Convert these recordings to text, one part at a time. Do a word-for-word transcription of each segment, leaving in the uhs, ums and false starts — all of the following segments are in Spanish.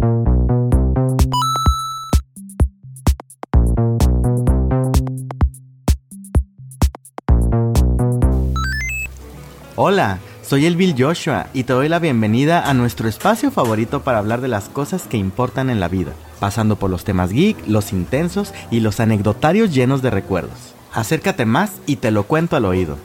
Hola, soy el Bill Joshua y te doy la bienvenida a nuestro espacio favorito para hablar de las cosas que importan en la vida, pasando por los temas geek, los intensos y los anecdotarios llenos de recuerdos. Acércate más y te lo cuento al oído.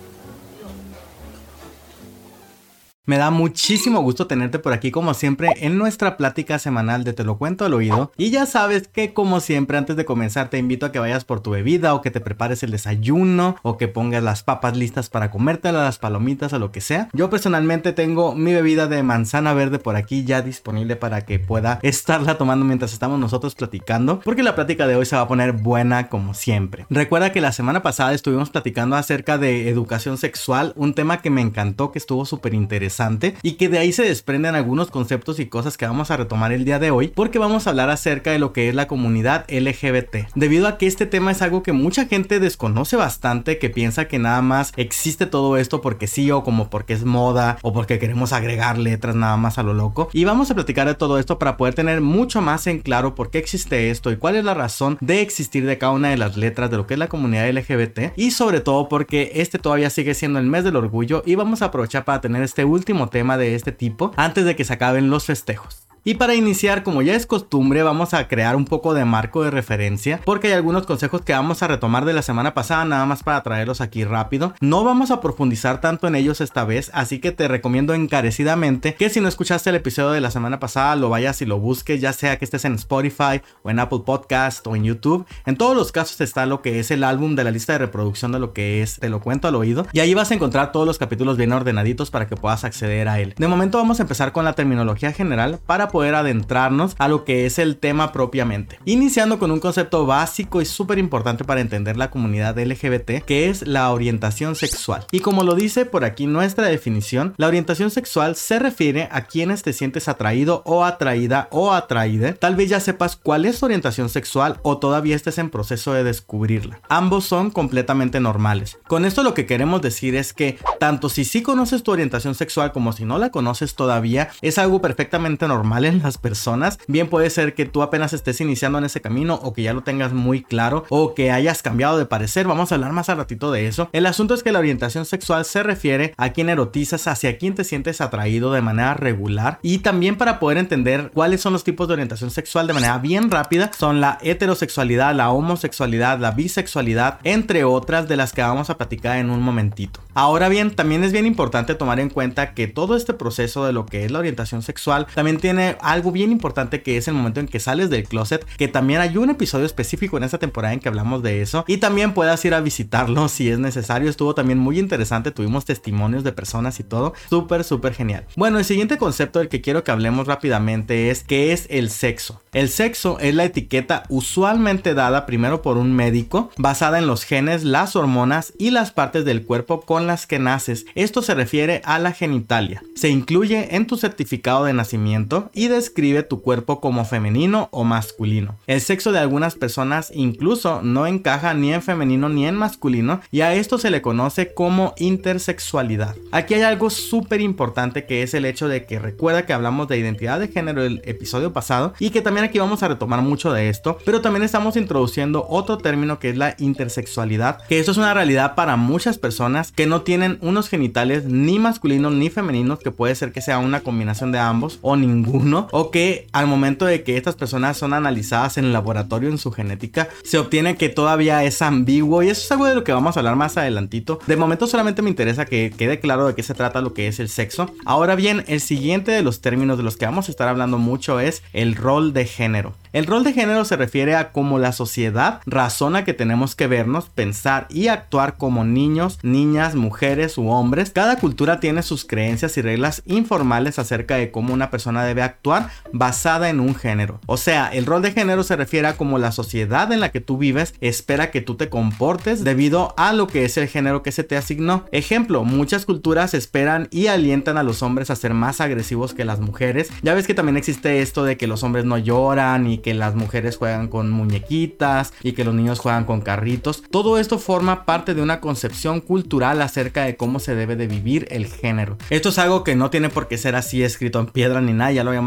Me da muchísimo gusto tenerte por aquí como siempre en nuestra plática semanal de Te lo cuento al oído. Y ya sabes que como siempre antes de comenzar te invito a que vayas por tu bebida o que te prepares el desayuno o que pongas las papas listas para comértelas, las palomitas o lo que sea. Yo personalmente tengo mi bebida de manzana verde por aquí ya disponible para que pueda estarla tomando mientras estamos nosotros platicando, porque la plática de hoy se va a poner buena como siempre. Recuerda que la semana pasada estuvimos platicando acerca de educación sexual, un tema que me encantó, que estuvo súper interesante y que de ahí se desprenden algunos conceptos y cosas que vamos a retomar el día de hoy, porque vamos a hablar acerca de lo que es la comunidad L G B T, debido a que este tema es algo que mucha gente desconoce bastante, que piensa que nada más existe todo esto porque sí, o como porque es moda, o porque queremos agregar letras nada más a lo loco. Y vamos a platicar de todo esto para poder tener mucho más en claro por qué existe esto y cuál es la razón de existir de cada una de las letras de lo que es la comunidad L G B T, y sobre todo porque este todavía sigue siendo el mes del orgullo y vamos a aprovechar para tener este último último tema de este tipo antes de que se acaben los festejos. Y para iniciar, como ya es costumbre, vamos a crear un poco de marco de referencia, porque hay algunos consejos que vamos a retomar de la semana pasada, nada más para traerlos aquí rápido. No vamos a profundizar tanto en ellos esta vez, así que te recomiendo encarecidamente que si no escuchaste el episodio de la semana pasada, lo vayas y lo busques, ya sea que estés en Spotify o en Apple Podcast o en YouTube. En todos los casos está lo que es el álbum de la lista de reproducción de lo que es Te lo cuento al oído, y ahí vas a encontrar todos los capítulos bien ordenaditos para que puedas acceder a él. De momento vamos a empezar con la terminología general para poder adentrarnos a lo que es el tema propiamente, iniciando con un concepto básico y súper importante para entender la comunidad L G B T, que es la orientación sexual. Y como lo dice por aquí nuestra definición, la orientación sexual se refiere a quienes te sientes atraído o atraída o atraída. Tal vez ya sepas cuál es tu orientación sexual o todavía estés en proceso de descubrirla. Ambos son completamente normales. Con esto lo que queremos decir es que tanto si sí conoces tu orientación sexual como si no la conoces todavía, es algo perfectamente normal en las personas. Bien puede ser que tú apenas estés iniciando en ese camino o que ya lo tengas muy claro o que hayas cambiado de parecer. Vamos a hablar más al ratito de eso. El asunto es que la orientación sexual se refiere a quien erotizas, hacia quien te sientes atraído de manera regular. Y también para poder entender cuáles son los tipos de orientación sexual de manera bien rápida, son la heterosexualidad, la homosexualidad, la bisexualidad, entre otras de las que vamos a platicar en un momentito. Ahora bien, también es bien importante tomar en cuenta que todo este proceso de lo que es la orientación sexual también tiene algo bien importante, que es el momento en que sales del closet, que también hay un episodio específico en esta temporada en que hablamos de eso, y también puedas ir a visitarlo si es necesario. Estuvo también muy interesante, tuvimos testimonios de personas y todo, súper súper genial. Bueno, el siguiente concepto del que quiero que hablemos rápidamente es ¿qué es el sexo? El sexo es la etiqueta usualmente dada primero por un médico, basada en los genes, las hormonas y las partes del cuerpo con las que naces. Esto se refiere a la genitalia. Se incluye en tu certificado de nacimiento y describe tu cuerpo como femenino o masculino. El sexo de algunas personas incluso no encaja ni en femenino ni en masculino, y a esto se le conoce como intersexualidad. Aquí hay algo súper importante, que es el hecho de que recuerda que hablamos de identidad de género el episodio pasado, y que también aquí vamos a retomar mucho de esto, pero también estamos introduciendo otro término que es la intersexualidad, que eso es una realidad para muchas personas que no tienen unos genitales ni masculinos ni femeninos, que puede ser que sea una combinación de ambos o ninguno, o que al momento de que estas personas son analizadas en el laboratorio en su genética se obtiene que todavía es ambiguo, y eso es algo de lo que vamos a hablar más adelantito. De momento solamente me interesa que quede claro de qué se trata lo que es el sexo. Ahora bien, el siguiente de los términos de los que vamos a estar hablando mucho es el rol de género. El rol de género se refiere a cómo la sociedad razona que tenemos que vernos, pensar y actuar como niños, niñas, mujeres u hombres. Cada cultura tiene sus creencias y reglas informales acerca de cómo una persona debe actuar basada en un género. O sea, el rol de género se refiere a cómo la sociedad en la que tú vives espera que tú te comportes debido a lo que es el género que se te asignó. Ejemplo, muchas culturas esperan y alientan a los hombres a ser más agresivos que las mujeres. Ya ves que también existe esto de que los hombres no lloran y que las mujeres juegan con muñequitas y que los niños juegan con carritos. Todo esto forma parte de una concepción cultural acerca de cómo se debe de vivir el género. Esto es algo que no tiene por qué ser así escrito en piedra ni nada, ya lo habíamos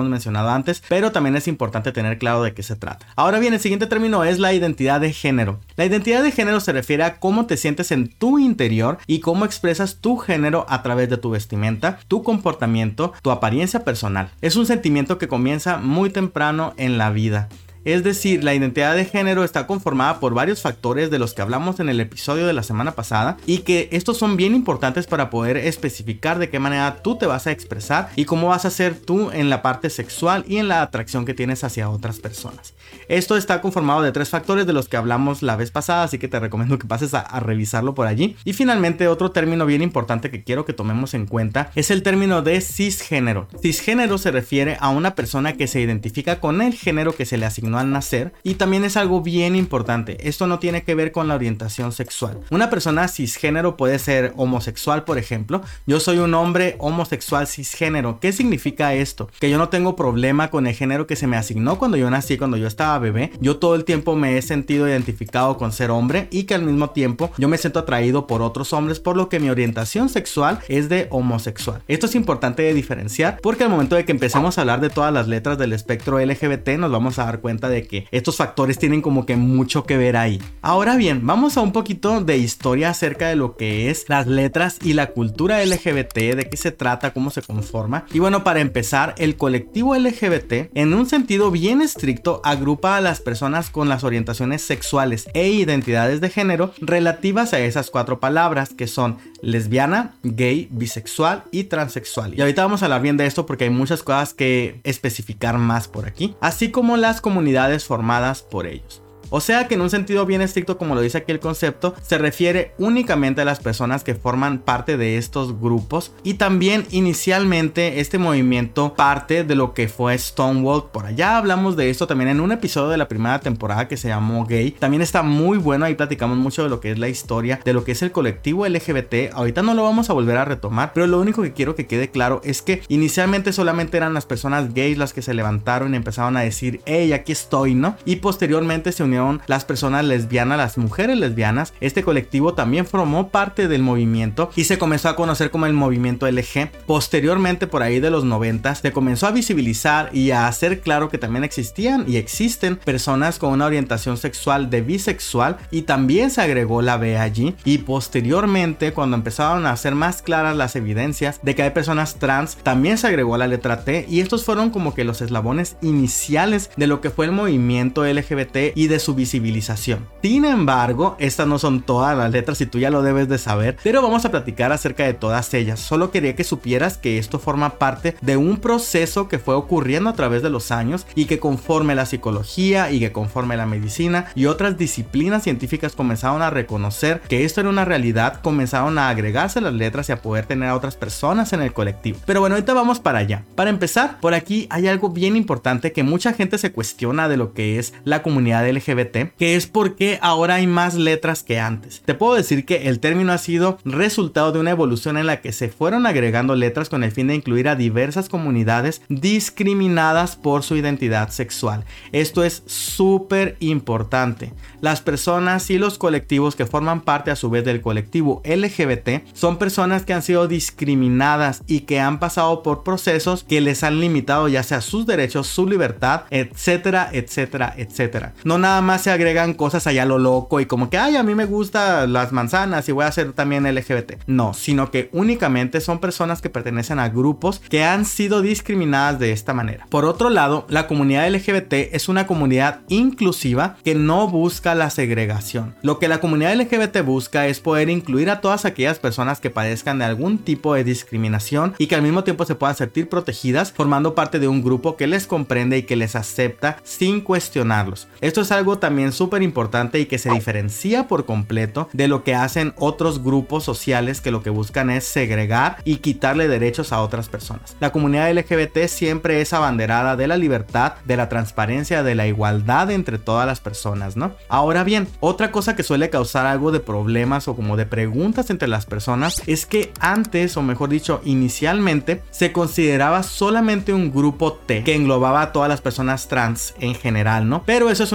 habíamos mencionado antes, pero también es importante tener claro de qué se trata. Ahora bien, el siguiente término es la identidad de género. La identidad de género se refiere a cómo te sientes en tu interior y cómo expresas tu género a través de tu vestimenta, tu comportamiento, tu apariencia personal. Es un sentimiento que comienza muy temprano en la vida. Es decir, la identidad de género está conformada por varios factores de los que hablamos en el episodio de la semana pasada y que estos son bien importantes para poder especificar de qué manera tú te vas a expresar y cómo vas a ser tú en la parte sexual y en la atracción que tienes hacia otras personas. Esto está conformado de tres factores de los que hablamos la vez pasada, así que te recomiendo que pases a, a revisarlo por allí. Y finalmente, otro término bien importante que quiero que tomemos en cuenta es el término de cisgénero. Cisgénero se refiere a una persona que se identifica con el género que se le asignó al nacer, y también es algo bien importante. Esto no tiene que ver con la orientación sexual. Una persona cisgénero puede ser homosexual, por ejemplo. Yo soy un hombre homosexual cisgénero. ¿Qué significa esto? Que yo no tengo problema con el género que se me asignó cuando yo nací, cuando yo estaba bebé. Yo todo el tiempo me he sentido identificado con ser hombre y que al mismo tiempo yo me siento atraído por otros hombres, por lo que mi orientación sexual es de homosexual. Esto es importante de diferenciar porque al momento de que empecemos a hablar de todas las letras del espectro L G B T nos vamos a dar cuenta de que estos factores tienen como que mucho que ver ahí. Ahora bien, vamos a un poquito de historia acerca de lo que es las letras y la cultura L G B T, de qué se trata, cómo se conforma. Y bueno, para empezar, el colectivo L G B T en un sentido bien estricto agrupa a las personas con las orientaciones sexuales e identidades de género relativas a esas cuatro palabras que son lesbiana, gay, bisexual y transexual. Y ahorita vamos a hablar bien de esto porque hay muchas cosas que especificar más por aquí, así como las comunidades formadas por ellos. O sea que en un sentido bien estricto, como lo dice aquí el concepto, se refiere únicamente a las personas que forman parte de estos grupos. Y también inicialmente este movimiento parte de lo que fue Stonewall. Por allá hablamos de esto también en un episodio de la primera temporada que se llamó Gay. También está muy bueno, ahí platicamos mucho de lo que es la historia, de lo que es el colectivo L G B T. Ahorita no lo vamos a volver a retomar, pero lo único que quiero que quede claro es que inicialmente solamente eran las personas gays las que se levantaron y empezaron a decir, hey, aquí estoy, ¿no? Y posteriormente se unieron las personas lesbianas, las mujeres lesbianas. Este colectivo también formó parte del movimiento y se comenzó a conocer como el movimiento L G. Posteriormente, por ahí de los noventas, se comenzó a visibilizar y a hacer claro que también existían y existen personas con una orientación sexual de bisexual, y también se agregó la B allí. Y posteriormente, cuando empezaron a hacer más claras las evidencias de que hay personas trans, también se agregó la letra T, y estos fueron como que los eslabones iniciales de lo que fue el movimiento L G B T y de su visibilización. Sin embargo, estas no son todas las letras y tú ya lo debes de saber, pero vamos a platicar acerca de todas ellas. Solo quería que supieras que esto forma parte de un proceso que fue ocurriendo a través de los años y que conforme la psicología y que conforme la medicina y otras disciplinas científicas comenzaron a reconocer que esto era una realidad, comenzaron a agregarse las letras y a poder tener a otras personas en el colectivo. Pero bueno, ahorita vamos para allá. Para empezar, por aquí hay algo bien importante que mucha gente se cuestiona de lo que es la comunidad L G B T, que es porque ahora hay más letras que antes. Te puedo decir que el término ha sido resultado de una evolución en la que se fueron agregando letras con el fin de incluir a diversas comunidades discriminadas por su identidad sexual. Esto es súper importante. Las personas y los colectivos que forman parte a su vez del colectivo L G B T son personas que han sido discriminadas y que han pasado por procesos que les han limitado ya sea sus derechos, su libertad, etcétera, etcétera, etcétera. No nada más se agregan cosas allá a lo loco y como que ay, a mí me gustan las manzanas y voy a ser también L G B T. No, sino que únicamente son personas que pertenecen a grupos que han sido discriminadas de esta manera. Por otro lado, la comunidad L G B T es una comunidad inclusiva que no busca la segregación. Lo que la comunidad L G B T busca es poder incluir a todas aquellas personas que padezcan de algún tipo de discriminación y que al mismo tiempo se puedan sentir protegidas formando parte de un grupo que les comprende y que les acepta sin cuestionarlos. Esto es algo también súper importante y que se diferencia por completo de lo que hacen otros grupos sociales que lo que buscan es segregar y quitarle derechos a otras personas. La comunidad L G B T siempre es abanderada de la libertad, de la transparencia, de la igualdad entre todas las personas, ¿no? Ahora bien, otra cosa que suele causar algo de problemas o como de preguntas entre las personas es que antes, o mejor dicho, inicialmente se consideraba solamente un grupo T que englobaba a todas las personas trans en general, ¿no? Pero eso es una generalidad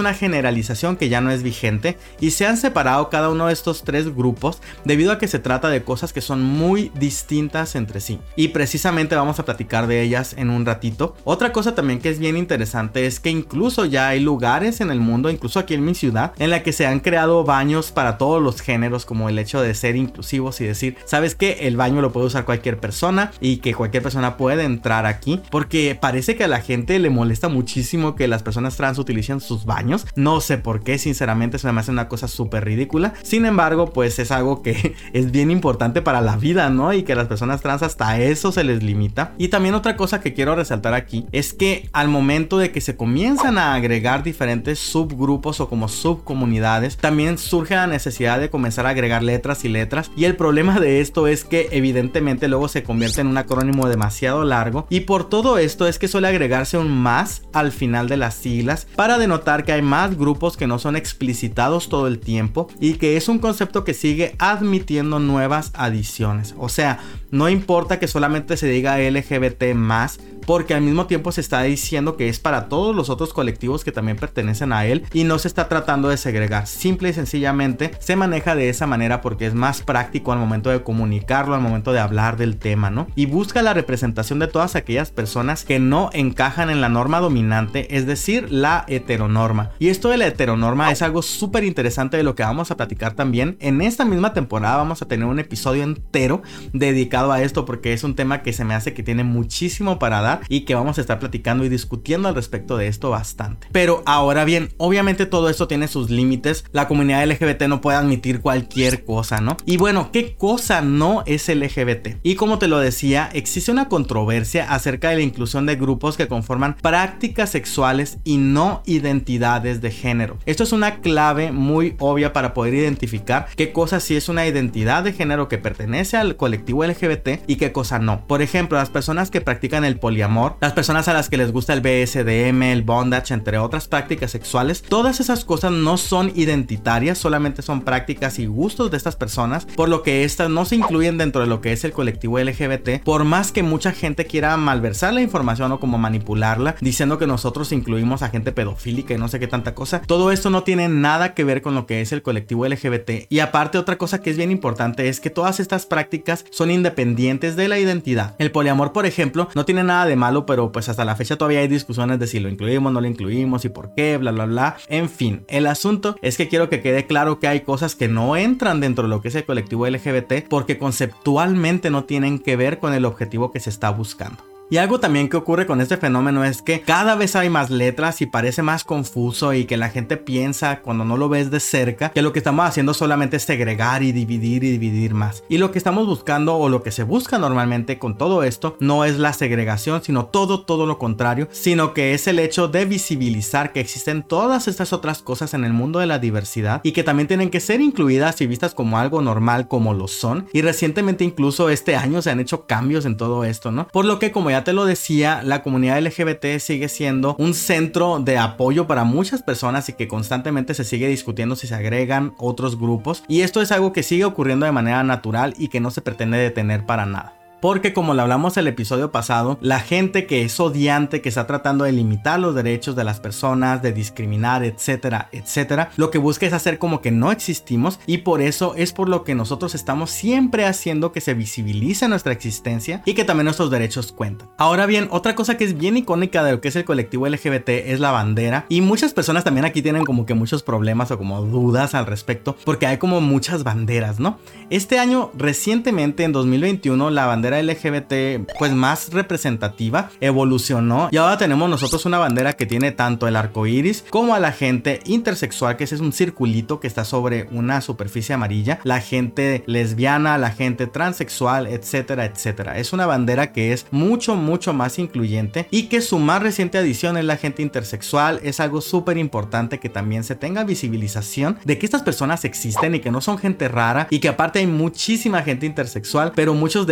generalización que ya no es vigente y se han separado cada uno de estos tres grupos debido a que se trata de cosas que son muy distintas entre sí. Y precisamente vamos a platicar de ellas en un ratito. Otra cosa también que es bien interesante es que incluso ya hay lugares en el mundo, incluso aquí en mi ciudad, en la que se han creado baños para todos los géneros, como el hecho de ser inclusivos y decir, ¿sabes qué? El baño lo puede usar cualquier persona y que cualquier persona puede entrar aquí, porque parece que a la gente le molesta muchísimo que las personas trans utilicen sus baños. No sé por qué, sinceramente se me hace una cosa súper ridícula. Sin embargo, pues es algo que es bien importante para la vida, ¿no? Y que a las personas trans hasta eso se les limita. Y también otra cosa que quiero resaltar aquí es que al momento de que se comienzan a agregar diferentes subgrupos o como subcomunidades, también surge la necesidad de comenzar a agregar letras y letras. Y el problema de esto es que evidentemente luego se convierte en un acrónimo demasiado largo, y por todo esto es que suele agregarse un más al final de las siglas para denotar que hay más grupos que no son explicitados todo el tiempo y que es un concepto que sigue admitiendo nuevas adiciones. O sea, no importa que solamente se diga L G B T más, porque al mismo tiempo se está diciendo que es para todos los otros colectivos que también pertenecen a él y no se está tratando de segregar. Simple y sencillamente se maneja de esa manera porque es más práctico al momento de comunicarlo, al momento de hablar del tema, ¿no? Y busca la representación de todas aquellas personas que no encajan en la norma dominante, es decir, la heteronorma. Y esto de la heteronorma es algo súper interesante de lo que vamos a platicar también. En esta misma temporada vamos a tener un episodio entero dedicado a esto porque es un tema que se me hace que tiene muchísimo para dar y que vamos a estar platicando y discutiendo al respecto de esto bastante. Pero ahora bien, obviamente todo esto tiene sus límites. La comunidad L G B T no puede admitir cualquier cosa, ¿no? Y bueno, ¿qué cosa no es L G B T? Y como te lo decía, existe una controversia acerca de la inclusión de grupos que conforman prácticas sexuales y no identidades de género. Esto es una clave muy obvia para poder identificar qué cosa sí es una identidad de género que pertenece al colectivo L G B T y qué cosa no. Por ejemplo, las personas que practican el poliamor, las personas a las que les gusta el B S D M, el bondage, entre otras prácticas sexuales, todas esas cosas no son identitarias, solamente son prácticas y gustos de estas personas, por lo que estas no se incluyen dentro de lo que es el colectivo L G B T, por más que mucha gente quiera malversar la información o como manipularla, diciendo que nosotros incluimos a gente pedofílica y no sé qué tanta cosa. Todo esto no tiene nada que ver con lo que es el colectivo L G B T. Y aparte, otra cosa que es bien importante es que todas estas prácticas son independientes de la identidad. El poliamor, por ejemplo, no tiene nada de malo, pero pues hasta la fecha todavía hay discusiones de si lo incluimos, no lo incluimos y por qué, bla bla bla. En fin, el asunto es que quiero que quede claro que hay cosas que no entran dentro de lo que es el colectivo L G B T porque conceptualmente no tienen que ver con el objetivo que se está buscando. Y algo también que ocurre con este fenómeno es que cada vez hay más letras y parece más confuso y que la gente piensa cuando no lo ves de cerca que lo que estamos haciendo solamente es segregar y dividir y dividir más. Y lo que estamos buscando o lo que se busca normalmente con todo esto no es la segregación, sino todo, todo lo contrario, sino que es el hecho de visibilizar que existen todas estas otras cosas en el mundo de la diversidad y que también tienen que ser incluidas y vistas como algo normal como lo son. Y recientemente incluso este año se han hecho cambios en todo esto, ¿no? Por lo que, como ya te lo decía, la comunidad L G B T sigue siendo un centro de apoyo para muchas personas y que constantemente se sigue discutiendo si se agregan otros grupos, y esto es algo que sigue ocurriendo de manera natural y que no se pretende detener para nada. Porque como lo hablamos el episodio pasado, la gente que es odiante, que está tratando de limitar los derechos de las personas, de discriminar, etcétera, etcétera, lo que busca es hacer como que no existimos, y por eso es por lo que nosotros estamos siempre haciendo que se visibilice nuestra existencia y que también nuestros derechos cuentan. Ahora bien, otra cosa que es bien icónica de lo que es el colectivo L G B T es la bandera, y muchas personas también aquí tienen como que muchos problemas o como dudas al respecto, porque hay como muchas banderas, ¿no? Este año, recientemente en dos mil veintiuno, la bandera L G B T pues más representativa evolucionó y ahora tenemos nosotros una bandera que tiene tanto el arco iris como a la gente intersexual, que ese es un circulito que está sobre una superficie amarilla, la gente lesbiana, la gente transexual, etcétera, etcétera. Es una bandera que es mucho mucho más incluyente y que su más reciente adición es la gente intersexual. Es algo súper importante que también se tenga visibilización de que estas personas existen y que no son gente rara, y que aparte hay muchísima gente intersexual, pero muchos de ellos ni siquiera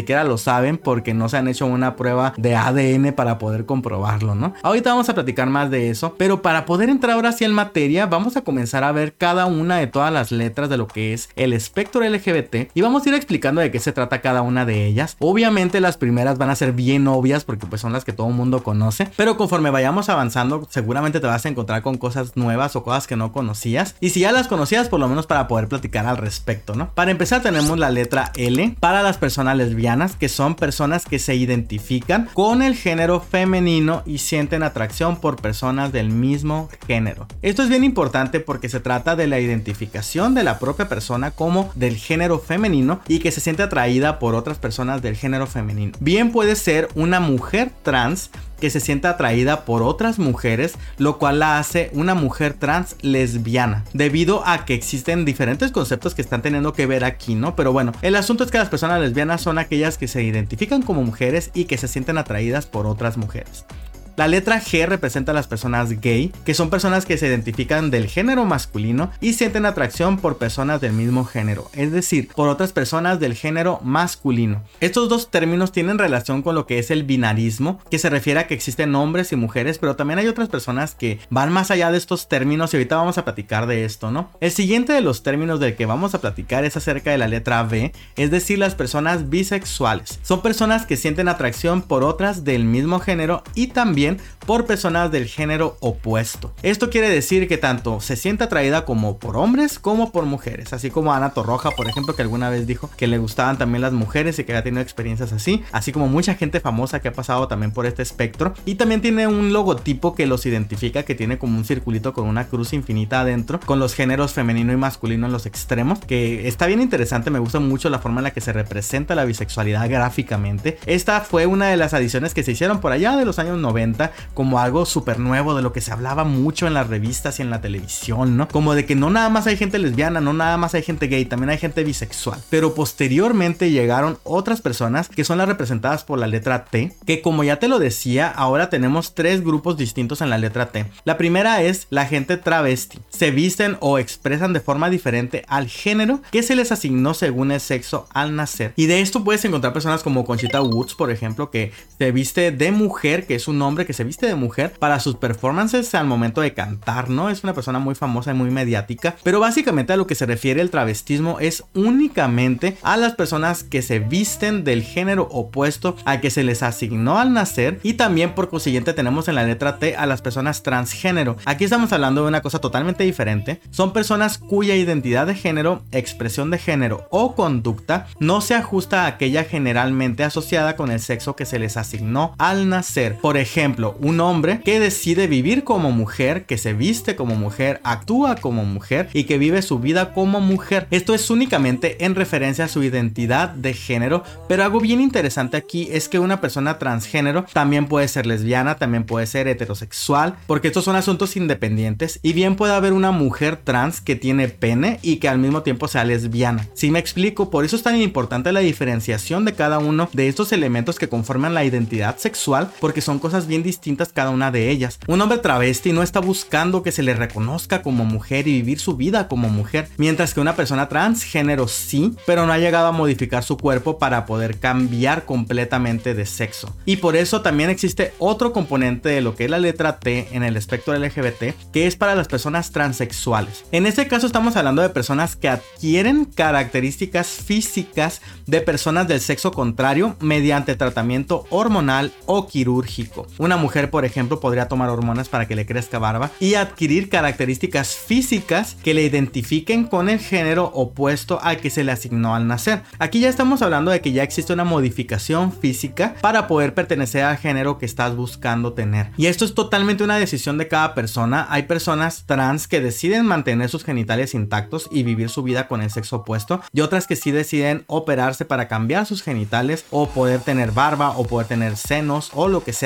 siquiera lo saben porque no se han hecho una prueba de A D N para poder comprobarlo, ¿no? Ahorita vamos a platicar más de eso, pero para poder entrar ahora sí en materia, vamos a comenzar a ver cada una de todas las letras de lo que es el espectro L G B T y vamos a ir explicando de qué se trata cada una de ellas. Obviamente las primeras van a ser bien obvias porque pues son las que todo el mundo conoce, pero conforme vayamos avanzando seguramente te vas a encontrar con cosas nuevas o cosas que no conocías, y si ya las conocías, por lo menos para poder platicar al respecto, ¿no? Para empezar tenemos la letra L para las personas lesbianas, que son personas que se identifican con el género femenino y sienten atracción por personas del mismo género. Esto es bien importante porque se trata de la identificación de la propia persona como del género femenino y que se siente atraída por otras personas del género femenino. Bien puede ser una mujer trans que se sienta atraída por otras mujeres, lo cual la hace una mujer trans lesbiana, debido a que existen diferentes conceptos que están teniendo que ver aquí, ¿no? Pero bueno, el asunto es que las personas lesbianas son aquellas que se identifican como mujeres y que se sienten atraídas por otras mujeres. La letra G representa a las personas gay, que son personas que se identifican del género masculino y sienten atracción por personas del mismo género, es decir, por otras personas del género masculino. Estos dos términos tienen relación con lo que es el binarismo, que se refiere a que existen hombres y mujeres, pero también hay otras personas que van más allá de estos términos y ahorita vamos a platicar de esto, ¿no? El siguiente de los términos del que vamos a platicar es acerca de la letra B, es decir, las personas bisexuales. Son personas que sienten atracción por otras del mismo género y también por personas del género opuesto. Esto quiere decir que tanto se siente atraída como por hombres como por mujeres, así como Ana Torroja, por ejemplo, que alguna vez dijo que le gustaban también las mujeres y que había tenido experiencias así, así como mucha gente famosa que ha pasado también por este espectro. Y también tiene un logotipo que los identifica, que tiene como un circulito con una cruz infinita adentro, con los géneros femenino y masculino en los extremos, que está bien interesante. Me gusta mucho la forma en la que se representa la bisexualidad gráficamente. Esta fue una de las adiciones que se hicieron por allá de los años noventa como algo súper nuevo, de lo que se hablaba mucho en las revistas y en la televisión, ¿no? Como de que no nada más hay gente lesbiana, no nada más hay gente gay, también hay gente bisexual. Pero posteriormente llegaron otras personas que son las representadas por la letra T, que como ya te lo decía, ahora tenemos tres grupos distintos en la letra T. La primera es la gente travesti. Se visten o expresan de forma diferente al género que se les asignó según el sexo al nacer. Y de esto puedes encontrar personas como Conchita Wurst, por ejemplo, que se viste de mujer, que es un hombre que se viste de mujer para sus performances al momento de cantar, ¿no? Es una persona muy famosa y muy mediática, pero básicamente a lo que se refiere el travestismo es únicamente a las personas que se visten del género opuesto al que se les asignó al nacer, y también por consiguiente tenemos en la letra T a las personas transgénero. Aquí estamos hablando de una cosa totalmente diferente. Son personas cuya identidad de género, expresión de género o conducta no se ajusta a aquella generalmente asociada con el sexo que se les asignó al nacer. Por ejemplo, un hombre que decide vivir como mujer, que se viste como mujer, actúa como mujer y que vive su vida como mujer. Esto es únicamente en referencia a su identidad de género, pero algo bien interesante aquí es que una persona transgénero también puede ser lesbiana, también puede ser heterosexual, porque estos son asuntos independientes, y bien puede haber una mujer trans que tiene pene y que al mismo tiempo sea lesbiana. ¿Sí me explico? Por eso es tan importante la diferenciación de cada uno de estos elementos que conforman la identidad sexual, porque son cosas bien distintas cada una de ellas. Un hombre travesti no está buscando que se le reconozca como mujer y vivir su vida como mujer, mientras que una persona transgénero sí, pero no ha llegado a modificar su cuerpo para poder cambiar completamente de sexo. Y por eso también existe otro componente de lo que es la letra T en el espectro L G B T, que es para las personas transexuales. En este caso estamos hablando de personas que adquieren características físicas de personas del sexo contrario mediante tratamiento hormonal o quirúrgico. Una mujer, por ejemplo, podría tomar hormonas para que le crezca barba y adquirir características físicas que le identifiquen con el género opuesto al que se le asignó al nacer. Aquí ya estamos hablando de que ya existe una modificación física para poder pertenecer al género que estás buscando tener. Y esto es totalmente una decisión de cada persona. Hay personas trans que deciden mantener sus genitales intactos y vivir su vida con el sexo opuesto, y otras que sí deciden operarse para cambiar sus genitales o poder tener barba o poder tener senos o lo que sea que ellos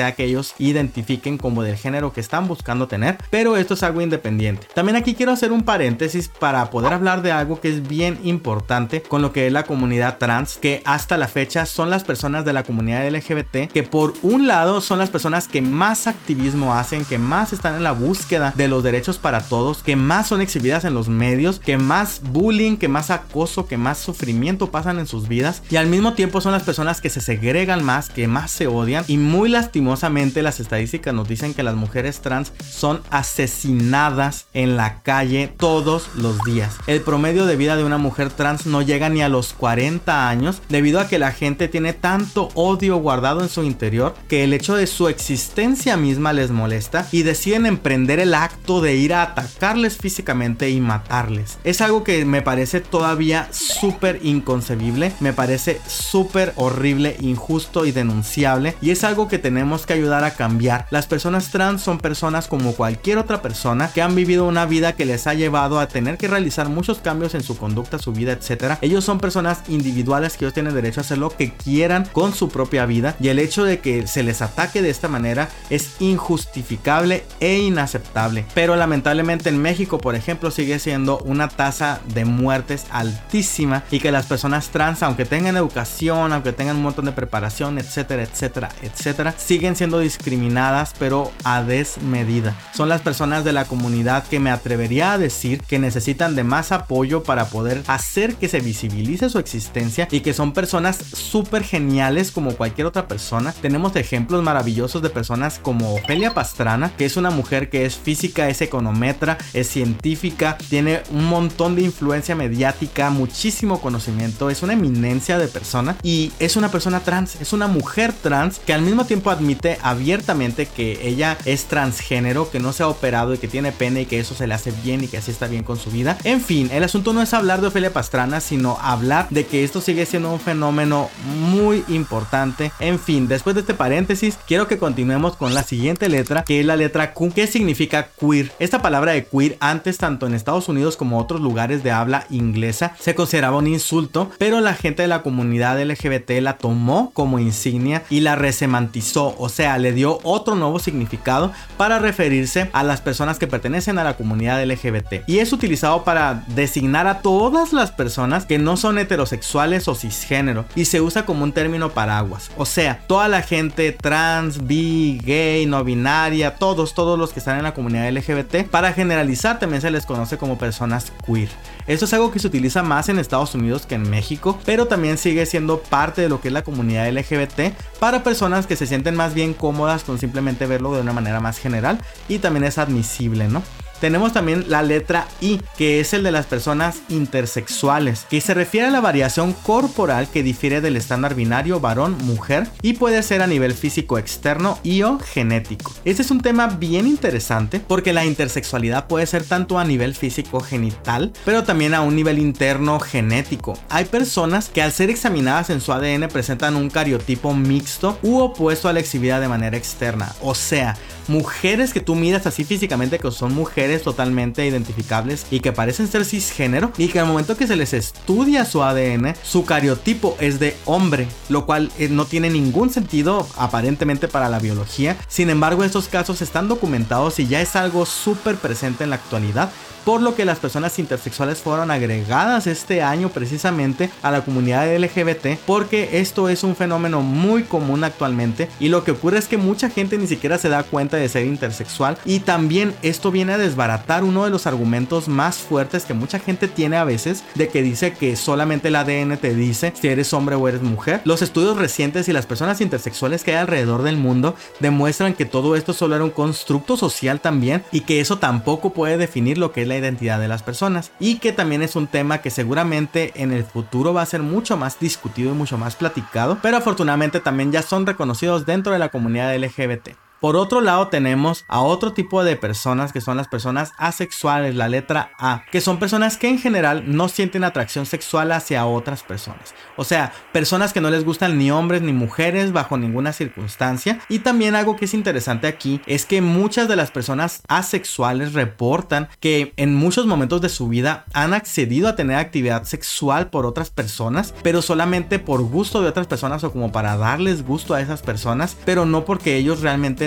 ellos identifiquen como del género que están buscando tener, pero esto es algo independiente. También aquí quiero hacer un paréntesis para poder hablar de algo que es bien importante con lo que es la comunidad trans, que hasta la fecha son las personas de la comunidad L G B T que por un lado son las personas que más activismo hacen, que más están en la búsqueda de los derechos para todos, que más son exhibidas en los medios, que más bullying, que más acoso, que más sufrimiento pasan en sus vidas, y al mismo tiempo son las personas que se segregan más, que más se odian, y muy lastimosamente las estadísticas nos dicen que las mujeres trans son asesinadas en la calle todos los días. El promedio de vida de una mujer trans no llega ni a los cuarenta años debido a que la gente tiene tanto odio guardado en su interior que el hecho de su existencia misma les molesta y deciden emprender el acto de ir a atacarles físicamente y matarles. Es algo que me parece todavía súper inconcebible, me parece súper horrible, injusto y denunciable, y es algo que tenemos que ayudar a cambiar. Las personas trans son personas como cualquier otra persona que han vivido una vida que les ha llevado a tener que realizar muchos cambios en su conducta, su vida, etcétera. Ellos son personas individuales que ellos tienen derecho a hacer lo que quieran con su propia vida, y el hecho de que se les ataque de esta manera es injustificable e inaceptable. Pero lamentablemente en México, por ejemplo, sigue siendo una tasa de muertes altísima, y que las personas trans, aunque tengan educación, aunque tengan un montón de preparación, etcétera, etcétera, etcétera, siguen siendo discriminadas, pero a desmedida. Son las personas de la comunidad que me atrevería a decir que necesitan de más apoyo para poder hacer que se visibilice su existencia, y que son personas súper geniales como cualquier otra persona. Tenemos ejemplos maravillosos de personas como Ofelia Pastrana, que es una mujer que es física, es econometra, es científica, tiene un montón de influencia mediática, muchísimo conocimiento, es una eminencia de persona, y es una persona trans, es una mujer trans que al mismo tiempo admite abiertamente que ella es transgénero, que no se ha operado y que tiene pene y que eso se le hace bien y que así está bien con su vida. En fin, el asunto no es hablar de Ofelia Pastrana, sino hablar de que esto sigue siendo un fenómeno muy importante. En fin, después de este paréntesis, quiero que continuemos con la siguiente letra, que es la letra Q, que significa queer. Esta palabra de queer antes, tanto en Estados Unidos como otros lugares de habla inglesa, se consideraba un insulto, pero la gente de la comunidad L G B T la tomó como insignia y la resemantizó, o sea, le dio otro nuevo significado para referirse a las personas que pertenecen a la comunidad L G B T, y es utilizado para designar a todas las personas que no son heterosexuales o cisgénero, y se usa como un término paraguas, o sea, toda la gente trans, bi, gay, no binaria, todos, todos los que están en la comunidad L G B T. Para generalizar, también se les conoce como personas queer. Esto es algo que se utiliza más en Estados Unidos que en México, pero también sigue siendo parte de lo que es la comunidad L G B T para personas que se sienten más bien cómodas con simplemente verlo de una manera más general, y también es admisible, ¿no? Tenemos también la letra I, que es el de las personas intersexuales, que se refiere a la variación corporal que difiere del estándar binario varón-mujer y puede ser a nivel físico externo y o genético. Este es un tema bien interesante porque la intersexualidad puede ser tanto a nivel físico genital, pero también a un nivel interno genético. Hay personas que al ser examinadas en su A D N presentan un cariotipo mixto u opuesto a la exhibida de manera externa, o sea, mujeres que tú miras así físicamente que son mujeres totalmente identificables y que parecen ser cisgénero, y que al momento que se les estudia su A D N, su cariotipo es de hombre, lo cual eh, no tiene ningún sentido aparentemente para la biología. Sin embargo, estos casos están documentados y ya es algo súper presente en la actualidad, por lo que las personas intersexuales fueron agregadas este año precisamente a la comunidad L G B T, porque esto es un fenómeno muy común actualmente, y lo que ocurre es que mucha gente ni siquiera se da cuenta de ser intersexual, y también esto viene a desbaratar uno de los argumentos más fuertes que mucha gente tiene a veces, de que dice que solamente el A D N te dice si eres hombre o eres mujer. Los estudios recientes y las personas intersexuales que hay alrededor del mundo demuestran que todo esto solo era un constructo social también, y que eso tampoco puede definir lo que es la identidad de las personas, y que también es un tema que seguramente en el futuro va a ser mucho más discutido y mucho más platicado, pero afortunadamente también ya son reconocidos dentro de la comunidad L G B T. Por otro lado, tenemos a otro tipo de personas, que son las personas asexuales, la letra A, que son personas que en general no sienten atracción sexual hacia otras personas. O sea, personas que no les gustan ni hombres ni mujeres bajo ninguna circunstancia. Y también algo que es interesante aquí es que muchas de las personas asexuales reportan que en muchos momentos de su vida han accedido a tener actividad sexual por otras personas, pero solamente por gusto de otras personas o como para darles gusto a esas personas, pero no porque ellos realmente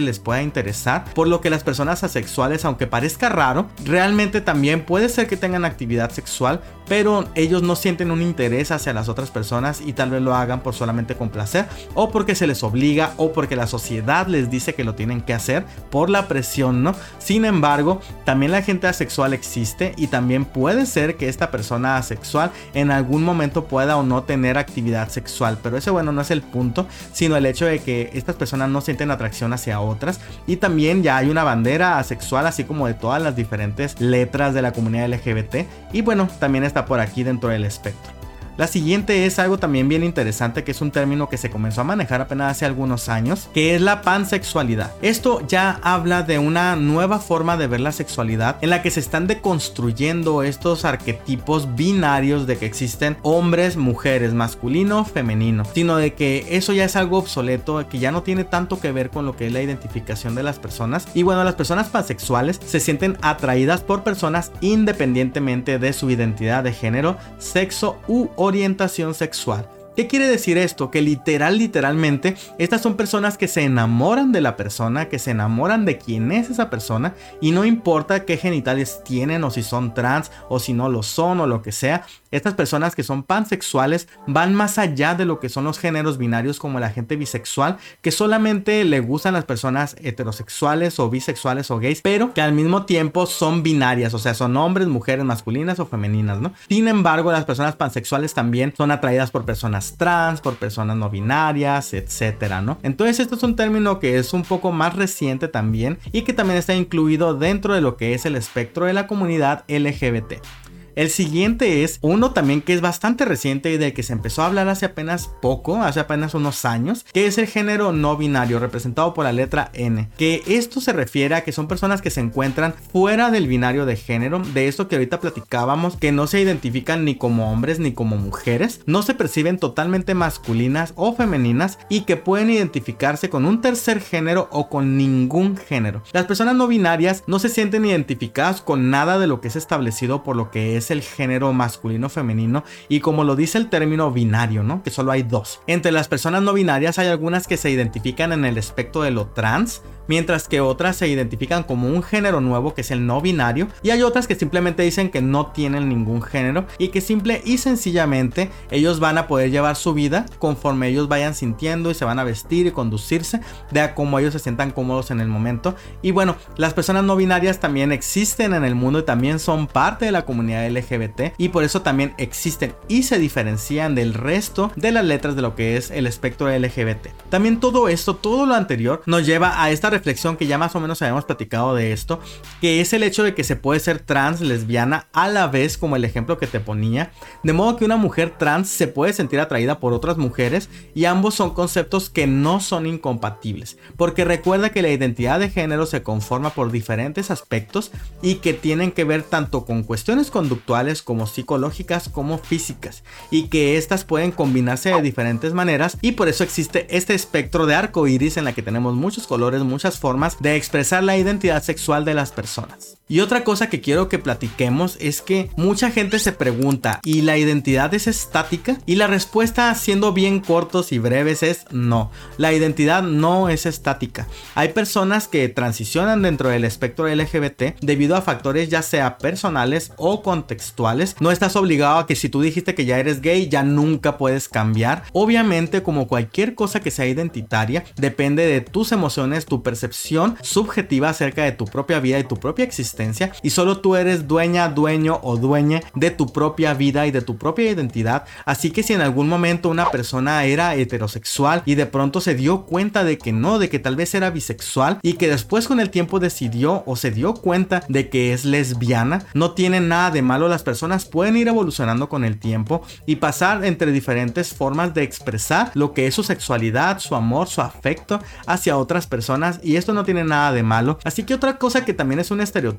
les pueda interesar, por lo que las personas asexuales, aunque parezca raro, realmente también puede ser que tengan actividad sexual, pero ellos no sienten un interés hacia las otras personas y tal vez lo hagan por solamente complacer, o porque se les obliga, o porque la sociedad les dice que lo tienen que hacer por la presión, ¿no? Sin embargo, también la gente asexual existe, y también puede ser que esta persona asexual en algún momento pueda o no tener actividad sexual, pero ese, bueno, no es el punto, sino el hecho de que estas personas no sienten atracción hacia otras. Y también ya hay una bandera asexual, así como de todas las diferentes letras de la comunidad L G B T, y bueno, también está por aquí dentro del espectro. La siguiente es algo también bien interesante, que es un término que se comenzó a manejar apenas hace algunos años, que es la pansexualidad. Esto ya habla de una nueva forma de ver la sexualidad, en la que se están deconstruyendo estos arquetipos binarios de que existen hombres, mujeres, masculino, femenino, sino de que eso ya es algo obsoleto, que ya no tiene tanto que ver con lo que es la identificación de las personas. Y bueno, las personas pansexuales se sienten atraídas por personas independientemente de su identidad de género, sexo u orientación sexual. ¿Qué quiere decir esto? Que literal, literalmente, estas son personas que se enamoran de la persona, que se enamoran de quién es esa persona, y no importa qué genitales tienen, o si son trans, o si no lo son, o lo que sea. Estas personas que son pansexuales van más allá de lo que son los géneros binarios, como la gente bisexual, que solamente le gustan las personas heterosexuales o bisexuales o gays, pero que al mismo tiempo son binarias, o sea, son hombres, mujeres, masculinas o femeninas, ¿no? Sin embargo, las personas pansexuales también son atraídas por personas trans, por personas no binarias, etcétera, ¿no? Entonces, esto es un término que es un poco más reciente también, y que también está incluido dentro de lo que es el espectro de la comunidad L G B T. El siguiente es uno también que es bastante reciente y del que se empezó a hablar hace apenas poco, hace apenas unos años, que es el género no binario, representado por la letra N, que esto se refiere a que son personas que se encuentran fuera del binario de género, de esto que ahorita platicábamos, que no se identifican ni como hombres ni como mujeres, no se perciben totalmente masculinas o femeninas, y que pueden identificarse con un tercer género o con ningún género. Las personas no binarias no se sienten identificadas con nada de lo que es establecido por lo que es el género masculino o femenino, y como lo dice el término binario, ¿no? Que solo hay dos. Entre las personas no binarias hay algunas que se identifican en el espectro de lo trans, mientras que otras se identifican como un género nuevo, que es el no binario, y hay otras que simplemente dicen que no tienen ningún género, y que simple y sencillamente ellos van a poder llevar su vida conforme ellos vayan sintiendo, y se van a vestir y conducirse de a cómo ellos se sientan cómodos en el momento. Y bueno, las personas no binarias también existen en el mundo y también son parte de la comunidad L G B T, y por eso también existen y se diferencian del resto de las letras de lo que es el espectro L G B T. También todo esto, todo lo anterior nos lleva a esta reflexión que ya más o menos habíamos platicado de esto, que es el hecho de que se puede ser trans, lesbiana a la vez, como el ejemplo que te ponía, de modo que una mujer trans se puede sentir atraída por otras mujeres, y ambos son conceptos que no son incompatibles, porque recuerda que la identidad de género se conforma por diferentes aspectos y que tienen que ver tanto con cuestiones conductuales como psicológicas como físicas, y que estas pueden combinarse de diferentes maneras, y por eso existe este espectro de arco iris en la que tenemos muchos colores, muchas formas de expresar la identidad sexual de las personas. Y otra cosa que quiero que platiquemos es que mucha gente se pregunta, ¿y la identidad es estática? Y la respuesta, siendo bien cortos y breves, es no. La identidad no es estática. Hay personas que transicionan dentro del espectro L G B T debido a factores ya sea personales o contextuales. No estás obligado a que si tú dijiste que ya eres gay, ya nunca puedes cambiar. Obviamente, como cualquier cosa que sea identitaria, depende de tus emociones, tu percepción subjetiva acerca de tu propia vida y tu propia existencia, y solo tú eres dueña, dueño o dueña de tu propia vida y de tu propia identidad. Así que si en algún momento una persona era heterosexual y de pronto se dio cuenta de que no, de que tal vez era bisexual, y que después con el tiempo decidió o se dio cuenta de que es lesbiana, no tiene nada de malo. Las personas pueden ir evolucionando con el tiempo y pasar entre diferentes formas de expresar lo que es su sexualidad, su amor, su afecto hacia otras personas, y esto no tiene nada de malo. Así que otra cosa que también es un estereotipo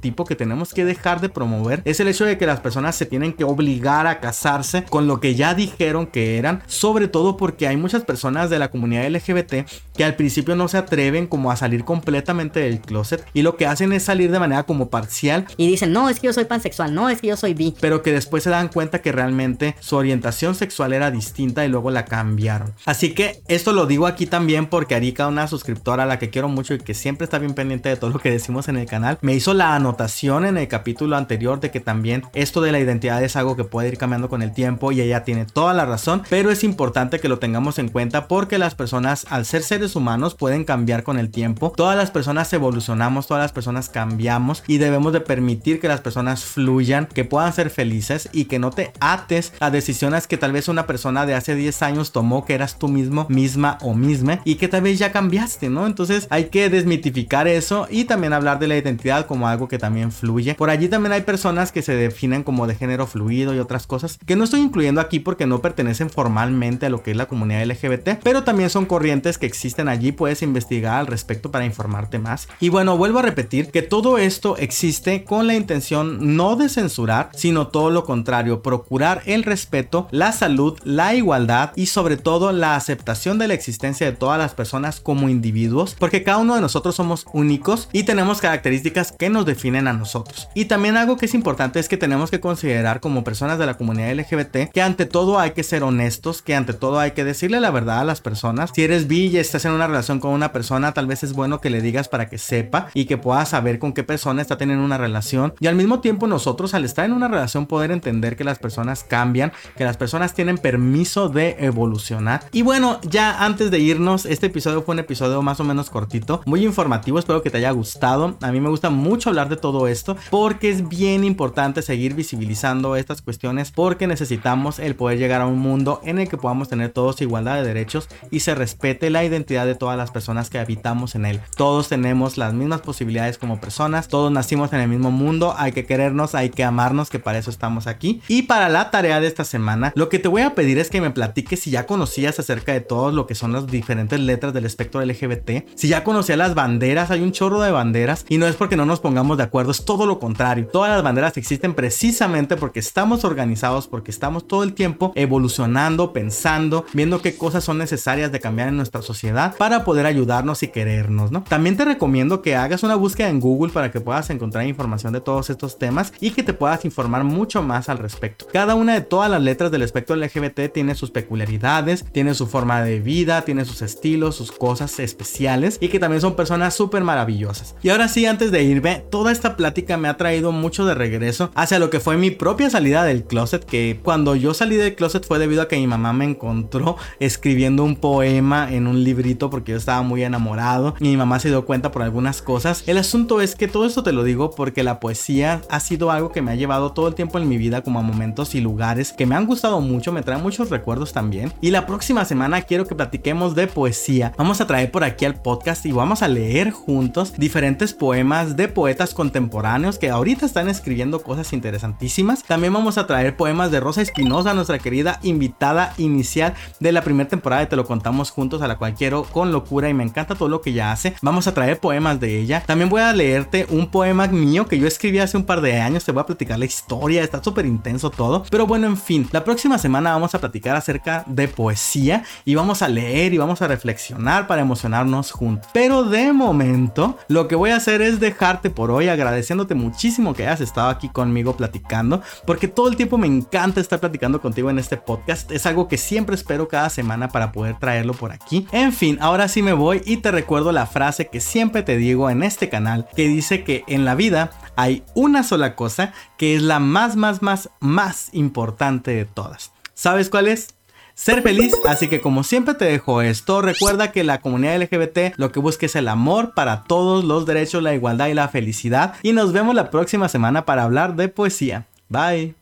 estereotipo que tenemos que dejar de promover es el hecho de que las personas se tienen que obligar a casarse con lo que ya dijeron que eran, sobre todo porque hay muchas personas de la comunidad L G B T que al principio no se atreven como a salir completamente del closet y lo que hacen es salir de manera como parcial y dicen, no, es que yo soy pansexual, no, es que yo soy bi, pero que después se dan cuenta que realmente su orientación sexual era distinta y luego la cambiaron. Así que esto lo digo aquí también porque Arika, una suscriptora a la que quiero mucho y que siempre está bien pendiente de todo lo que decimos en el canal, me hizo la anotación en el capítulo anterior de que también esto de la identidad es algo que puede ir cambiando con el tiempo y ella tiene toda la razón, pero es importante que lo tengamos en cuenta porque las personas, al ser seres humanos, pueden cambiar con el tiempo. Todas las personas evolucionamos, todas las personas cambiamos y debemos de permitir que las personas fluyan, que puedan ser felices y que no te ates a decisiones que tal vez una persona de hace diez años tomó, que eras tú mismo, misma o misma, y que tal vez ya cambiaste, ¿no? Entonces hay que desmitificar eso y también hablar de la identidad como algo que también fluye. Por allí también hay personas que se definen como de género fluido y otras cosas que no estoy incluyendo aquí porque no pertenecen formalmente a lo que es la comunidad L G B T, pero también son corrientes que existen allí. Puedes investigar al respecto para informarte más. Y bueno, vuelvo a repetir que todo esto existe con la intención no de censurar, sino todo lo contrario, procurar el respeto, la salud, la igualdad y sobre todo la aceptación de la existencia de todas las personas como individuos, porque cada uno de nosotros somos únicos y tenemos características que nos definen a nosotros. Y también algo que es importante es que tenemos que considerar como personas de la comunidad L G B T que ante todo hay que ser honestos, que ante todo hay que decirle la verdad a las personas. Si eres bi y estás en una relación con una persona, tal vez es bueno que le digas para que sepa y que pueda saber con qué persona está teniendo una relación, y al mismo tiempo nosotros, al estar en una relación, poder entender que las personas cambian, que las personas tienen permiso de evolucionar. Y bueno, ya antes de irnos, este episodio fue un episodio más o menos cortito, muy informativo, espero que te haya gustado. A mí me gusta mucho hablar de todo esto porque es bien importante seguir visibilizando estas cuestiones, porque necesitamos el poder llegar a un mundo en el que podamos tener todos igualdad de derechos y se respete la identidad de todas las personas que habitamos en él. Todos tenemos las mismas posibilidades como personas, todos nacimos en el mismo mundo, hay que querernos, hay que amarnos, que para eso estamos aquí. Y para la tarea de esta semana, lo que te voy a pedir es que me platiques si ya conocías acerca de todo lo que son las diferentes letras del espectro L G B T, si ya conocías las banderas. Hay un chorro de banderas y no es porque no nos pongamos de acuerdo, es todo lo contrario. Todas las banderas existen precisamente porque estamos organizados, porque estamos todo el tiempo evolucionando, pensando, viendo qué cosas son necesarias de cambiar en nuestra sociedad para poder ayudarnos y querernos, ¿no? También te recomiendo que hagas una búsqueda en Google para que puedas encontrar información de todos estos temas y que te puedas informar mucho más al respecto. Cada una de todas las letras del espectro L G B T tiene sus peculiaridades, tiene su forma de vida, tiene sus estilos, sus cosas especiales y que también son personas súper maravillosas. Y ahora sí, antes de irme, toda esta plática me ha traído mucho de regreso hacia lo que fue mi propia salida del closet, que cuando yo salí del closet fue debido a que mi mamá me encontró escribiendo un poema en un librito porque yo estaba muy enamorado y mi mamá se dio cuenta por algunas cosas. El asunto es que todo esto te lo digo porque la poesía ha sido algo que me ha llevado todo el tiempo en mi vida como a momentos y lugares que me han gustado mucho, me traen muchos recuerdos también. Y la próxima semana quiero que platiquemos de poesía. Vamos a traer por aquí al podcast y vamos a leer juntos diferentes poemas de poetas contemporáneos que ahorita están escribiendo cosas interesantísimas. También vamos a traer poemas de Rosa Espinosa, nuestra querida invitada inicial de la primera temporada de Te lo contamos juntos, a la cual quiero con locura y me encanta todo lo que ella hace. Vamos a traer poemas de ella. También voy a leerte un poema mío que yo escribí hace un par de años. Te voy a platicar la historia, está súper intenso todo. Pero bueno, en fin, la próxima semana vamos a platicar acerca de poesía y vamos a leer y vamos a reflexionar para emocionarnos juntos. Pero de momento, lo que voy a hacer es dejarte por hoy agradeciéndote muchísimo que hayas estado aquí conmigo platicando, porque todo el tiempo me encanta estar platicando contigo en este podcast. Es algo que siempre espero cada semana para poder traerlo por aquí. En fin, ahora sí me voy y te recuerdo la frase que siempre te digo en este canal, que dice que en la vida hay una sola cosa que es la más, más, más, más importante de todas. ¿Sabes cuál es? Ser feliz. Así que como siempre te dejo esto. Recuerda que la comunidad L G B T lo que busca es el amor para todos, los derechos, la igualdad y la felicidad. Y nos vemos la próxima semana para hablar de poesía. Bye.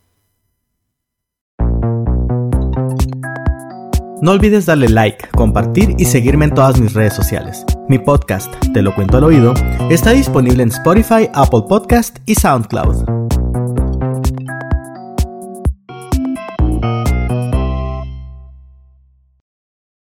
No olvides darle like, compartir y seguirme en todas mis redes sociales. Mi podcast, Te lo cuento al oído, está disponible en Spotify, Apple Podcast y SoundCloud.